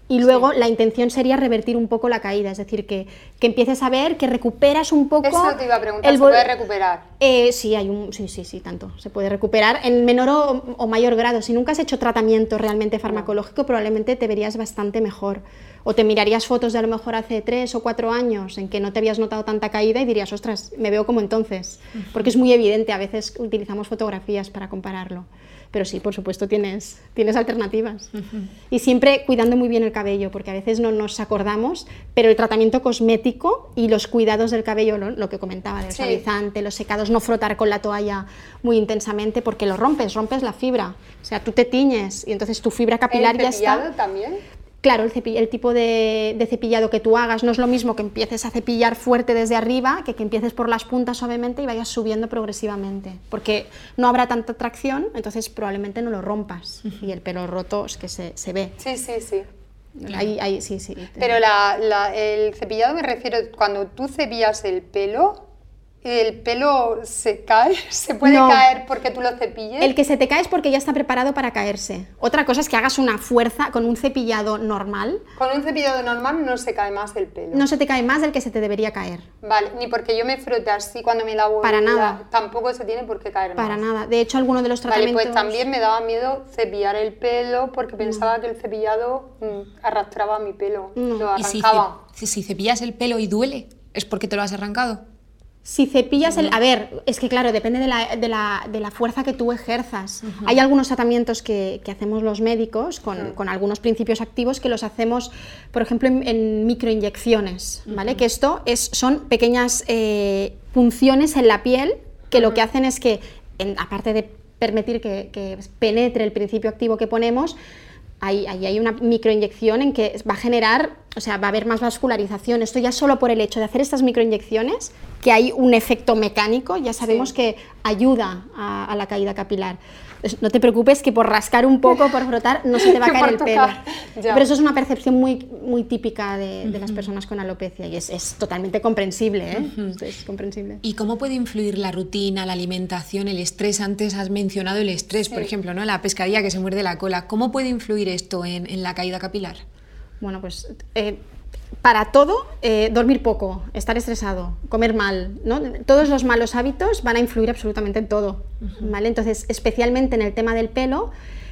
Y luego sí. la intención sería revertir un poco la caída, es decir, que, que empieces a ver que recuperas un poco...
Eso te iba a preguntar, ¿se puede recuperar?
Eh, sí, hay un, sí, sí, sí, tanto, se puede recuperar en menor o, o mayor grado. Si nunca has hecho tratamiento realmente farmacológico, no. probablemente te verías bastante mejor. O te mirarías fotos de a lo mejor hace tres o cuatro años en que no te habías notado tanta caída y dirías, ostras, me veo como entonces. Uh-huh. Porque es muy evidente, a veces utilizamos fotografías para compararlo. Pero sí, por supuesto, tienes, tienes alternativas. Uh-huh. Y siempre cuidando muy bien el cabello, porque a veces no nos acordamos, pero el tratamiento cosmético y los cuidados del cabello, lo, lo que comentaba, del sí. suavizante, los secados, no frotar con la toalla muy intensamente, porque lo rompes, rompes la fibra. O sea, tú te tiñes y entonces tu fibra capilar ya está...
¿El cepillado también?
Claro, el, cepill- el tipo de, de cepillado que tú hagas no es lo mismo que empieces a cepillar fuerte desde arriba que que empieces por las puntas suavemente y vayas subiendo progresivamente, porque no habrá tanta tracción, entonces probablemente no lo rompas. Uh-huh. Y el pelo roto es que se, se ve.
Sí, sí, sí.
Ahí, ahí, sí, sí.
Pero la, la, el cepillado me refiero, cuando tú cepillas el pelo, ¿el pelo se cae? ¿Se puede no. caer porque tú lo cepilles?
El que se te cae es porque ya está preparado para caerse. Otra cosa es que hagas una fuerza con un cepillado normal.
Con un cepillado normal no se cae más el pelo.
No se te cae más del que se te debería caer.
Vale, ni porque yo me frote así cuando me lavo.
Para
la,
nada.
Tampoco se tiene por qué caer
para
más.
Para nada. De hecho, alguno de los tratamientos...
Vale, pues también me daba miedo cepillar el pelo porque pensaba no. que el cepillado mmm, arrastraba mi pelo, no. lo arrancaba.
¿Y si, ce- si cepillas el pelo y duele, es porque te lo has arrancado?
Si cepillas el... A ver, es que claro, depende de la, de la, de la fuerza que tú ejerzas. Uh-huh. Hay algunos tratamientos que, que hacemos los médicos con, uh-huh. con algunos principios activos que los hacemos, por ejemplo, en, en microinyecciones, ¿vale? Uh-huh. Que esto es, son pequeñas eh, punciones en la piel que uh-huh. lo que hacen es que, en, aparte de permitir que, que penetre el principio activo que ponemos, Ahí, ahí hay una microinyección en que va a generar, o sea, va a haber más vascularización. Esto ya solo por el hecho de hacer estas microinyecciones, que hay un efecto mecánico, ya sabemos sí. que ayuda a, a la caída capilar. No te preocupes que por rascar un poco, por frotar, no se te va a caer el pelo. Ya. Pero eso es una percepción muy, muy típica de, de uh-huh. las personas con alopecia y es, es totalmente comprensible, ¿eh? Uh-huh. Es comprensible.
¿Y cómo puede influir la rutina, la alimentación, el estrés? Antes has mencionado el estrés, sí. por ejemplo, ¿no? La pescadilla que se muerde la cola. ¿Cómo puede influir esto en, en la caída capilar?
Bueno, pues... Eh, Para todo, eh, dormir poco, estar estresado, comer mal, ¿no? Todos los malos hábitos van a influir absolutamente en todo, uh-huh. ¿vale? Entonces, especialmente en el tema del pelo,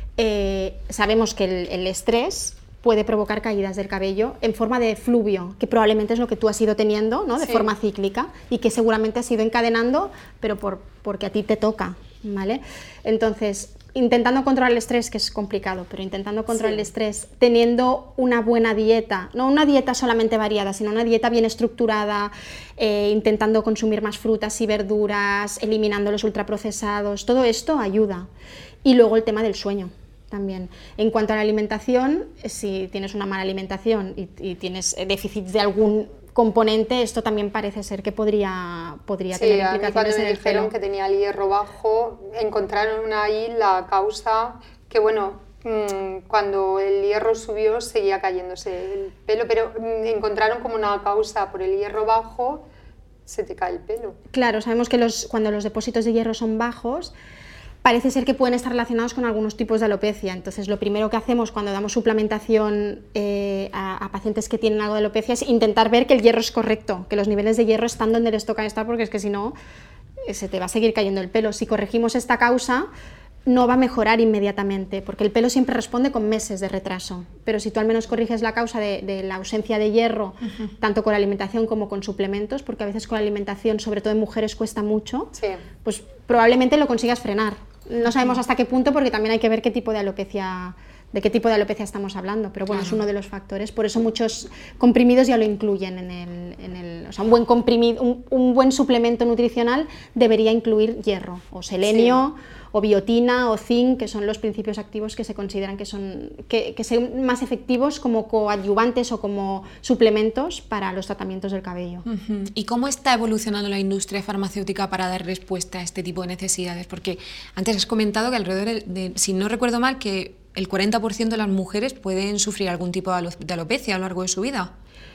eh, sabemos que el, el estrés puede provocar caídas del cabello en forma de fluvio, que probablemente es lo que tú has ido teniendo, ¿no? De sí. forma cíclica y que seguramente has ido encadenando, pero por, porque a ti te toca, ¿vale? Entonces, intentando controlar el estrés, que es complicado, pero intentando controlar sí. el estrés, teniendo una buena dieta, no una dieta solamente variada, sino una dieta bien estructurada, eh, intentando consumir más frutas y verduras, eliminando los ultraprocesados, todo esto ayuda. Y luego el tema del sueño también. En cuanto a la alimentación, si tienes una mala alimentación y, y tienes déficit de algún componente, esto también parece ser que podría, podría
sí,
tener implicaciones
cuando me
en el
dijeron
pelo.
que tenía el hierro bajo, encontraron ahí la causa, que bueno, mmm, cuando el hierro subió seguía cayéndose el pelo, pero mmm, encontraron como una causa por el hierro bajo, se te cae el pelo.
Claro, sabemos que los, cuando los depósitos de hierro son bajos, parece ser que pueden estar relacionados con algunos tipos de alopecia. Entonces, lo primero que hacemos cuando damos suplementación eh, a, a pacientes que tienen algo de alopecia es intentar ver que el hierro es correcto, que los niveles de hierro están donde les toca estar, porque es que si no, eh, se te va a seguir cayendo el pelo. Si corregimos esta causa, no va a mejorar inmediatamente, porque el pelo siempre responde con meses de retraso. Pero si tú al menos corriges la causa de, de la ausencia de hierro, uh-huh. tanto con la alimentación como con suplementos, porque a veces con la alimentación, sobre todo en mujeres, cuesta mucho,
sí.
pues probablemente lo consigas frenar. No sabemos hasta qué punto, porque también hay que ver qué tipo de alopecia, de qué tipo de alopecia estamos hablando, pero bueno, claro. es uno de los factores. Por eso muchos comprimidos ya lo incluyen en el, en el o sea, un buen comprimido, un, un buen suplemento nutricional debería incluir hierro o selenio. Sí. o biotina o zinc, que son los principios activos que se consideran que son que, que son más efectivos como coadyuvantes o como suplementos para los tratamientos del cabello.
Uh-huh. ¿Y cómo está evolucionando la industria farmacéutica para dar respuesta a este tipo de necesidades? Porque antes has comentado que alrededor de, de si no recuerdo mal, que el cuarenta por ciento de las mujeres pueden sufrir algún tipo de alopecia a lo largo de su vida.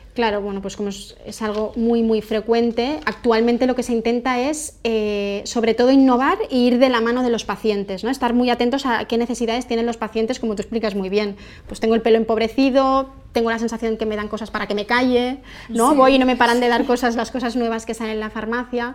Claro, bueno, pues como es, es algo muy, muy frecuente, actualmente lo que se intenta es, eh, sobre todo, innovar e ir de la mano de los pacientes, ¿no? Estar muy atentos a qué necesidades tienen los pacientes, como tú explicas muy bien. Pues tengo el pelo empobrecido, tengo la sensación que me dan cosas para que me calle, ¿no? Sí. Voy y no me paran de dar cosas, las cosas nuevas que salen en la farmacia.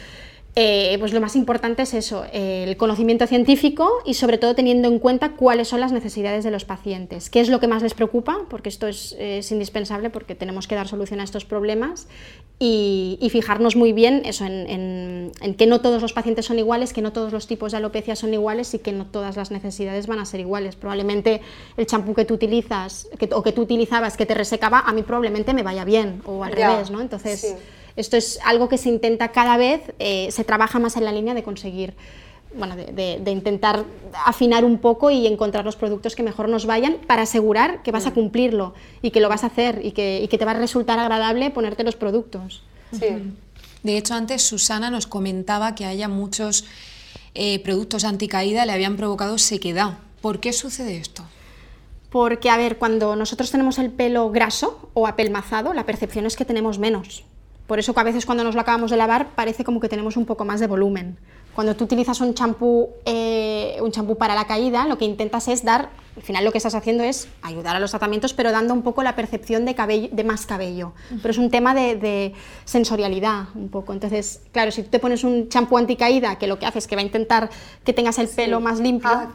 Eh, pues lo más importante es eso, eh, el conocimiento científico y sobre todo teniendo en cuenta cuáles son las necesidades de los pacientes, qué es lo que más les preocupa, porque esto es, eh, es indispensable porque tenemos que dar solución a estos problemas y, y fijarnos muy bien eso, en, en, en que no todos los pacientes son iguales, que no todos los tipos de alopecia son iguales y que no todas las necesidades van a ser iguales. Probablemente el champú que tú utilizas que, o que tú utilizabas que te resecaba, a mí probablemente me vaya bien o al
ya,
revés, ¿no? Entonces...
Sí.
Esto es algo que se intenta cada vez, eh, se trabaja más en la línea de conseguir, bueno, de, de, de intentar afinar un poco y encontrar los productos que mejor nos vayan para asegurar que vas a cumplirlo y que lo vas a hacer y que, y que te va a resultar agradable ponerte los productos.
Sí.
De hecho, antes Susana nos comentaba que haya muchos eh, productos anticaída le habían provocado sequedad. ¿Por qué sucede esto?
Porque, a ver, cuando nosotros tenemos el pelo graso o apelmazado, la percepción es que tenemos menos. Por eso que a veces cuando nos lo acabamos de lavar parece como que tenemos un poco más de volumen. Cuando tú utilizas un champú eh, un champú para la caída, lo que intentas es dar, al final lo que estás haciendo es ayudar a los tratamientos, pero dando un poco la percepción de, cabello, de más cabello. Uh-huh. Pero es un tema de, de sensorialidad un poco. Entonces, claro, si tú te pones un champú anticaída, que lo que hace es que va a intentar que tengas el pelo sí. más limpio.
Ah,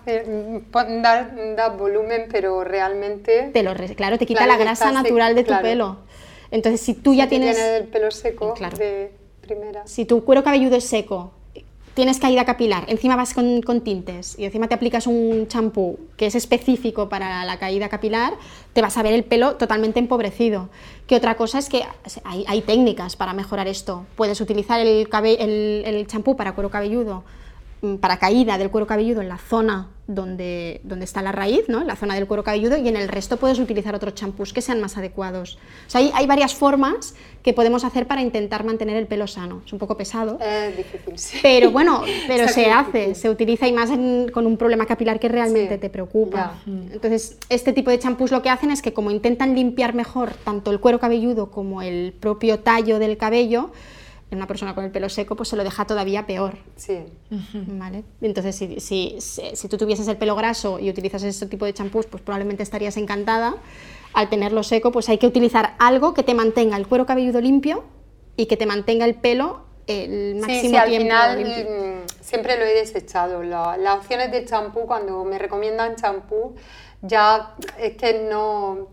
da, da volumen, pero realmente...
Te lo, claro, te quita claro, la grasa natural de tu claro. pelo. Entonces, si tú ya
si
tienes...
tienes el pelo seco claro. de primera...
Si tu cuero cabelludo es seco, tienes caída capilar, encima vas con, con tintes y encima te aplicas un champú que es específico para la caída capilar, te vas a ver el pelo totalmente empobrecido. Que otra cosa es que hay, hay técnicas para mejorar esto. Puedes utilizar el, cabe, el, el champú para cuero cabelludo, para caída del cuero cabelludo en la zona donde, donde está la raíz, ¿no? En la zona del cuero cabelludo, y en el resto puedes utilizar otros champús que sean más adecuados. O sea, hay, hay varias formas que podemos hacer para intentar mantener el pelo sano. Es un poco pesado,
es difícil, sí.
pero bueno, pero se hace, se utiliza y más en, con un problema capilar que realmente sí. te preocupa.
Ya.
Entonces, este tipo de champús lo que hacen es que como intentan limpiar mejor tanto el cuero cabelludo como el propio tallo del cabello, en una persona con el pelo seco pues se lo deja todavía peor.
Sí.
¿Vale? Entonces, si, si, si, si tú tuvieses el pelo graso y utilizas este tipo de champús, pues probablemente estarías encantada. Al tenerlo seco, pues hay que utilizar algo que te mantenga el cuero cabelludo limpio y que te mantenga el pelo el máximo
sí, sí, al
tiempo
final
limpio.
Siempre lo he desechado. La, las opciones de champú, cuando me recomiendan champú, ya es que no...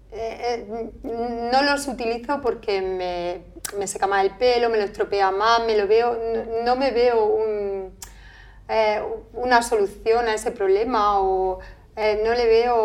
Eh, eh, no los utilizo porque me, me seca más el pelo, me lo estropea más, me lo veo, no, no me veo un, eh, una solución a ese problema o eh, no le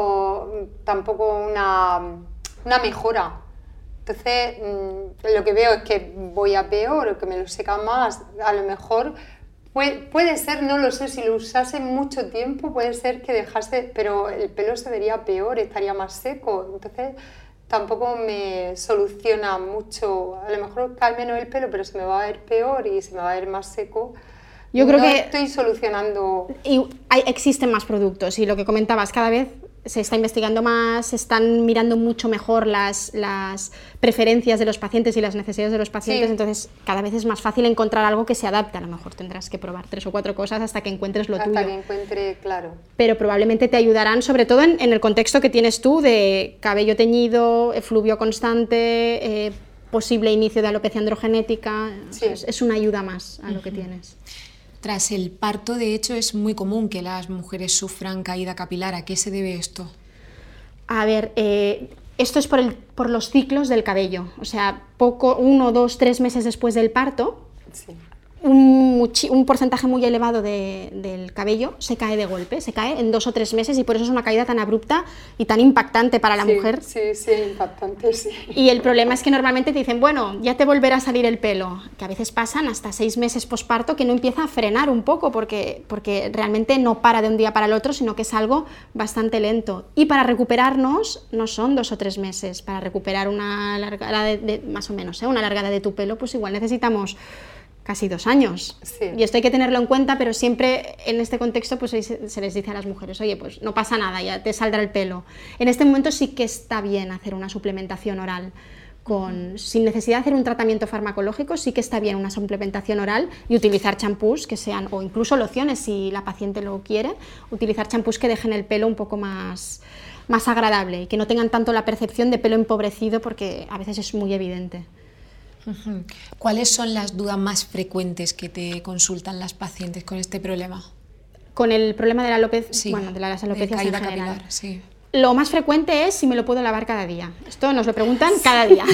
veo tampoco una, una mejora. Entonces mmm, lo que veo es que voy a peor o que me lo seca más, a lo mejor. Puede, puede ser, no lo sé, si lo usase mucho tiempo puede ser que dejase, pero el pelo se vería peor, estaría más seco, entonces tampoco me soluciona mucho, a lo mejor cae menos el pelo, pero se me va a ver peor y se me va a ver más seco.
Yo creo
no
que
estoy solucionando...
Y hay, existen más productos y lo que comentabas, cada vez se está investigando más, se están mirando mucho mejor las, las preferencias de los pacientes y las necesidades de los pacientes, sí. Entonces cada vez es más fácil encontrar algo que se adapte. A lo mejor tendrás que probar tres o cuatro cosas hasta que encuentres lo
hasta
tuyo.
Hasta que encuentre, claro.
Pero probablemente te ayudarán, sobre todo en, en el contexto que tienes tú de cabello teñido, efluvio constante, eh, posible inicio de alopecia androgenética.
Sí.
Es, es una ayuda más a lo que tienes.
Tras el parto, de hecho, es muy común que las mujeres sufran caída capilar. ¿A qué se debe esto?
A ver, eh, esto es por, el, por los ciclos del cabello. O sea, poco, uno, dos, tres meses después del parto,
sí.
un, un porcentaje muy elevado de, del cabello se cae de golpe, se cae en dos o tres meses y por eso es una caída tan abrupta y tan impactante para la
sí,
mujer.
Sí, sí, impactante, sí.
Y el problema es que normalmente te dicen, bueno, ya te volverá a salir el pelo, que a veces pasan hasta seis meses posparto que no empieza a frenar un poco porque, porque realmente no para de un día para el otro, sino que es algo bastante lento. Y para recuperarnos no son dos o tres meses, para recuperar una largada de, de más o menos, ¿eh? una largada de tu pelo, pues igual necesitamos casi dos años.
Sí.
Y esto hay que tenerlo en cuenta, pero siempre en este contexto pues se, se les dice a las mujeres, oye, pues no pasa nada, ya te saldrá el pelo. En este momento sí que está bien hacer una suplementación oral, Con, sin necesidad de hacer un tratamiento farmacológico, sí que está bien una suplementación oral y utilizar champús que sean, o incluso lociones si la paciente lo quiere, utilizar champús que dejen el pelo un poco más, más agradable y que no tengan tanto la percepción de pelo empobrecido, porque a veces es muy evidente.
¿Cuáles son las dudas más frecuentes que te consultan las pacientes con este problema?
Con el problema de la alopecia,
sí,
bueno, de las alopecias
de
en
caída
general.
Capilar, sí.
Lo más frecuente es si me lo puedo lavar cada día. Esto nos lo preguntan cada día.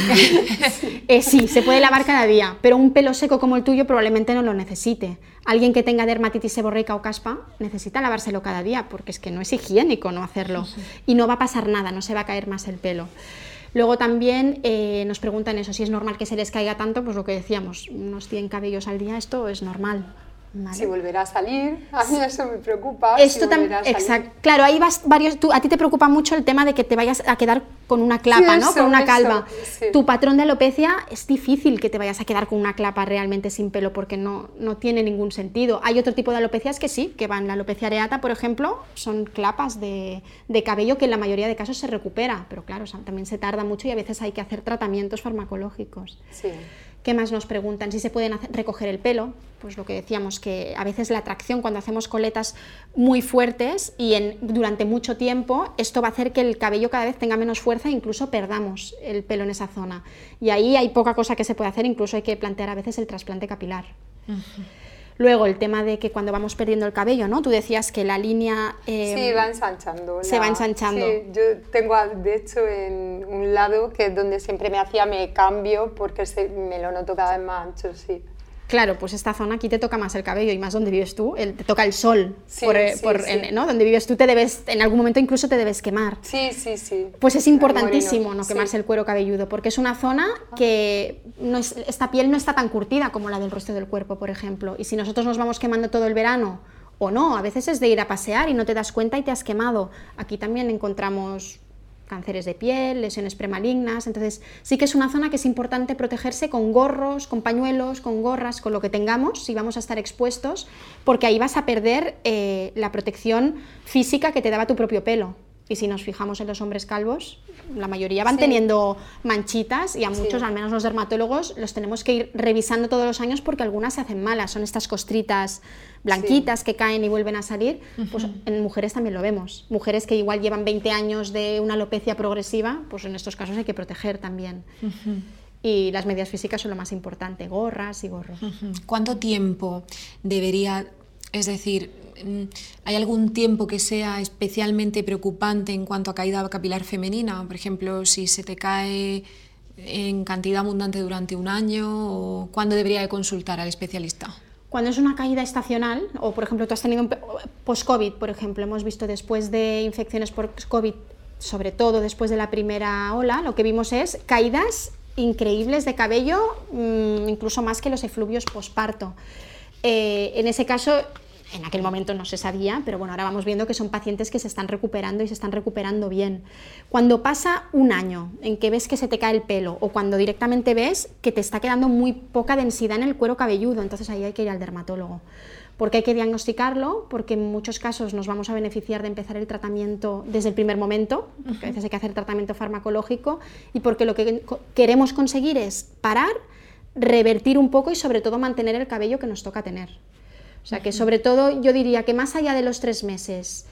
eh, sí, se puede lavar cada día, pero un pelo seco como el tuyo probablemente no lo necesite. Alguien que tenga dermatitis seborreica o caspa necesita lavárselo cada día, porque es que no es higiénico no hacerlo. Sí, sí. Y no va a pasar nada, no se va a caer más el pelo. Luego también eh, nos preguntan eso, si es normal que se les caiga tanto, pues lo que decíamos, unos cien cabellos al día, esto es normal.
Vale. Si volverá a salir, a mí eso me preocupa.
Esto
si
también, exacto. Claro, ahí vas varios. Tú, a ti te preocupa mucho el tema de que te vayas a quedar con una clapa, sí, ¿no? Eso, con una calva.
Eso, sí.
Tu patrón de alopecia es difícil que te vayas a quedar con una clapa realmente sin pelo, porque no, no tiene ningún sentido. Hay otro tipo de alopecias que sí, que van. La alopecia areata, por ejemplo, son clapas de, de cabello que en la mayoría de casos se recupera, pero claro, o sea, también se tarda mucho y a veces hay que hacer tratamientos farmacológicos.
Sí.
¿Qué más nos preguntan? Si se pueden hacer, recoger el pelo, pues lo que decíamos, que a veces la tracción cuando hacemos coletas muy fuertes y en, durante mucho tiempo, esto va a hacer que el cabello cada vez tenga menos fuerza e incluso perdamos el pelo en esa zona. Y ahí hay poca cosa que se puede hacer, incluso hay que plantear a veces el trasplante capilar. Uh-huh. Luego el tema de que cuando vamos perdiendo el cabello, ¿no? Tú decías que la línea... Eh,
sí, va ensanchando.
Se la, va ensanchando.
Sí, yo tengo, de hecho, en un lado que es donde siempre me hacía me cambio porque se, me lo noto cada vez más ancho, sí.
Claro, pues esta zona aquí te toca más el cabello y más donde vives tú, el, te toca el sol,
sí,
por,
sí,
por,
sí.
En, ¿no? Donde vives tú te debes, en algún momento incluso te debes quemar.
Sí, sí, sí.
Pues es importantísimo no quemarse
sí.
el cuero cabelludo, porque es una zona que no es, esta piel no está tan curtida como la del resto del cuerpo, por ejemplo, y si nosotros nos vamos quemando todo el verano, o no, a veces es de ir a pasear y no te das cuenta y te has quemado. Aquí también encontramos cánceres de piel, lesiones premalignas, entonces sí que es una zona que es importante protegerse con gorros, con pañuelos, con gorras, con lo que tengamos, si vamos a estar expuestos, porque ahí vas a perder eh, la protección física que te daba tu propio pelo. Y si nos fijamos en los hombres calvos, la mayoría van sí. teniendo manchitas y a muchos, sí. al menos los dermatólogos, los tenemos que ir revisando todos los años porque algunas se hacen malas, son estas costritas blanquitas sí. que caen y vuelven a salir, uh-huh. pues en mujeres también lo vemos. Mujeres que igual llevan veinte años de una alopecia progresiva, pues en estos casos hay que proteger también. Uh-huh. Y las medidas físicas son lo más importante, gorras y gorros.
Uh-huh. ¿Cuánto tiempo debería, es decir, hay algún tiempo que sea especialmente preocupante en cuanto a caída capilar femenina? Por ejemplo, si se te cae en cantidad abundante durante un año, ¿o cuándo debería de consultar al especialista?
Cuando es una caída estacional, o por ejemplo tú has tenido un post-COVID, por ejemplo, hemos visto después de infecciones por COVID, sobre todo después de la primera ola, lo que vimos es caídas increíbles de cabello, incluso más que los efluvios posparto. Eh, en ese caso, en aquel momento no se sabía, pero bueno, ahora vamos viendo que son pacientes que se están recuperando y se están recuperando bien. Cuando pasa un año en que ves que se te cae el pelo o cuando directamente ves que te está quedando muy poca densidad en el cuero cabelludo, entonces ahí hay que ir al dermatólogo, porque hay que diagnosticarlo, porque en muchos casos nos vamos a beneficiar de empezar el tratamiento desde el primer momento, porque a veces hay que hacer tratamiento farmacológico, y porque lo que queremos conseguir es parar, revertir un poco y sobre todo mantener el cabello que nos toca tener. O sea que sobre todo yo diría que más allá de los tres meses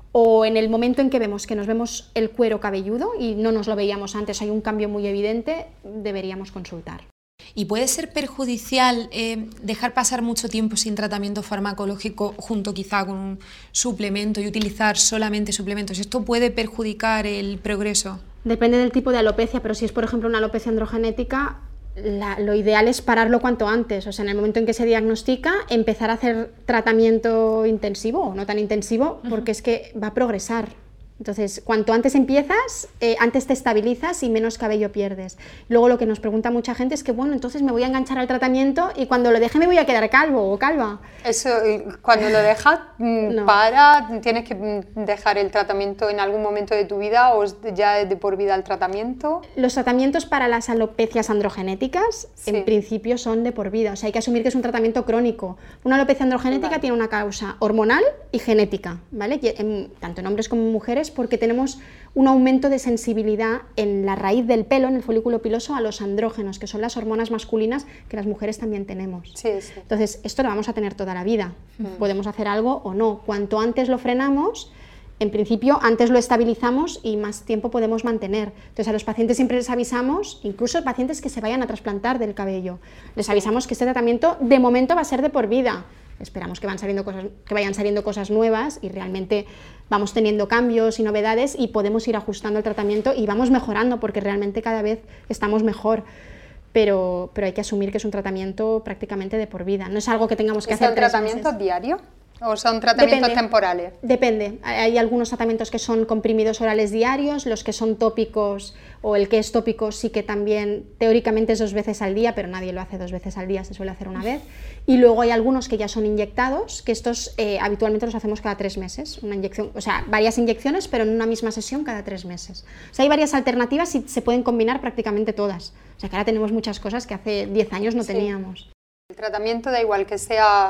o en el momento en que vemos que nos vemos el cuero cabelludo y no nos lo veíamos antes, hay un cambio muy evidente, deberíamos consultar.
¿Y puede ser perjudicial eh, dejar pasar mucho tiempo sin tratamiento farmacológico junto quizá con un suplemento y utilizar solamente suplementos? ¿Esto puede perjudicar el progreso?
Depende del tipo de alopecia, pero si es por ejemplo una alopecia androgenética, La, lo ideal es pararlo cuanto antes, o sea, en el momento en que se diagnostica, empezar a hacer tratamiento intensivo o no tan intensivo, porque uh-huh. es que va a progresar. Entonces, cuanto antes empiezas, eh, antes te estabilizas y menos cabello pierdes. Luego lo que nos pregunta mucha gente es que, bueno, entonces me voy a enganchar al tratamiento y cuando lo deje me voy a quedar calvo o calva.
Eso, cuando lo dejas, no. para, tienes que dejar el tratamiento en algún momento de tu vida o ya es de por vida el tratamiento.
Los tratamientos para las alopecias androgenéticas, sí. en principio son de por vida, o sea, hay que asumir que es un tratamiento crónico. Una alopecia androgenética vale. tiene una causa hormonal y genética, ¿vale? En, tanto en hombres como en mujeres es porque tenemos un aumento de sensibilidad en la raíz del pelo, en el folículo piloso, a los andrógenos, que son las hormonas masculinas que las mujeres también tenemos.
Sí, sí.
Entonces, esto lo vamos a tener toda la vida.
Mm.
Podemos hacer algo o no. Cuanto antes lo frenamos, en principio, antes lo estabilizamos y más tiempo podemos mantener. Entonces, a los pacientes siempre les avisamos, incluso pacientes que se vayan a trasplantar del cabello, les avisamos que este tratamiento de momento va a ser de por vida. Esperamos que, van saliendo cosas, que vayan saliendo cosas nuevas y realmente vamos teniendo cambios y novedades y podemos ir ajustando el tratamiento y vamos mejorando porque realmente cada vez estamos mejor. Pero, pero hay que asumir que es un tratamiento prácticamente de por vida. No es algo que tengamos que hacer
¿Es el
tres
tratamiento
meses.
diario? ¿O son tratamientos
Depende.
temporales?
Depende. Hay algunos tratamientos que son comprimidos orales diarios, los que son tópicos o el que es tópico sí que también teóricamente es dos veces al día, pero nadie lo hace dos veces al día, se suele hacer una vez. Y luego hay algunos que ya son inyectados, que estos eh, habitualmente los hacemos cada tres meses, una inyección, o sea, varias inyecciones, pero en una misma sesión cada tres meses. O sea, hay varias alternativas y se pueden combinar prácticamente todas. O sea, que ahora tenemos muchas cosas que hace diez años no
Sí.
teníamos.
El tratamiento da igual que sea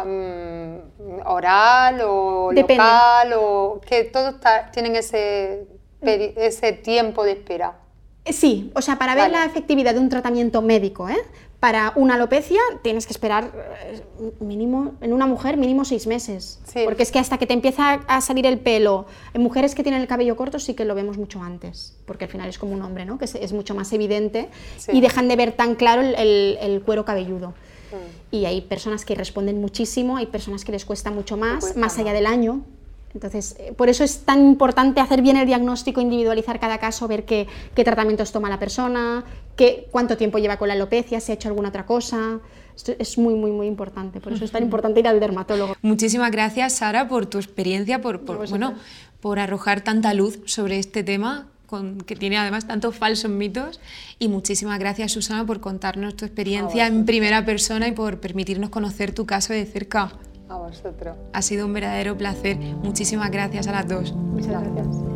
mmm, oral o
Depende.
local, o que todos ta- tienen ese, peri- ese tiempo de espera.
Sí, o sea, para ver
Vale.
la efectividad de un tratamiento médico, ¿eh? Para una alopecia tienes que esperar eh, mínimo, en una mujer mínimo seis meses,
Sí.
porque es que hasta que te empieza a salir el pelo, en mujeres que tienen el cabello corto sí que lo vemos mucho antes, porque al final es como un hombre, ¿no? Que es, es mucho más evidente
Sí.
y dejan de ver tan claro el, el- el cuero cabelludo.
Mm.
Y hay personas que responden muchísimo, hay personas que les cuesta mucho más,
cuesta
más allá
más.
del año. Entonces, eh, por eso es tan importante hacer bien el diagnóstico, individualizar cada caso, ver qué, qué tratamientos toma la persona, qué, cuánto tiempo lleva con la alopecia, si ha hecho alguna otra cosa. Esto es muy, muy, muy importante. Por eso es tan importante ir al dermatólogo.
Muchísimas gracias, Sara, por tu experiencia, por, por,
vosotros.
bueno, por arrojar tanta luz sobre este tema, con, que tiene además tantos falsos mitos. Y muchísimas gracias, Susana, por contarnos tu experiencia en primera persona y por permitirnos conocer tu caso de cerca.
A vosotros.
Ha sido un verdadero placer. Muchísimas gracias a las dos.
Muchas gracias.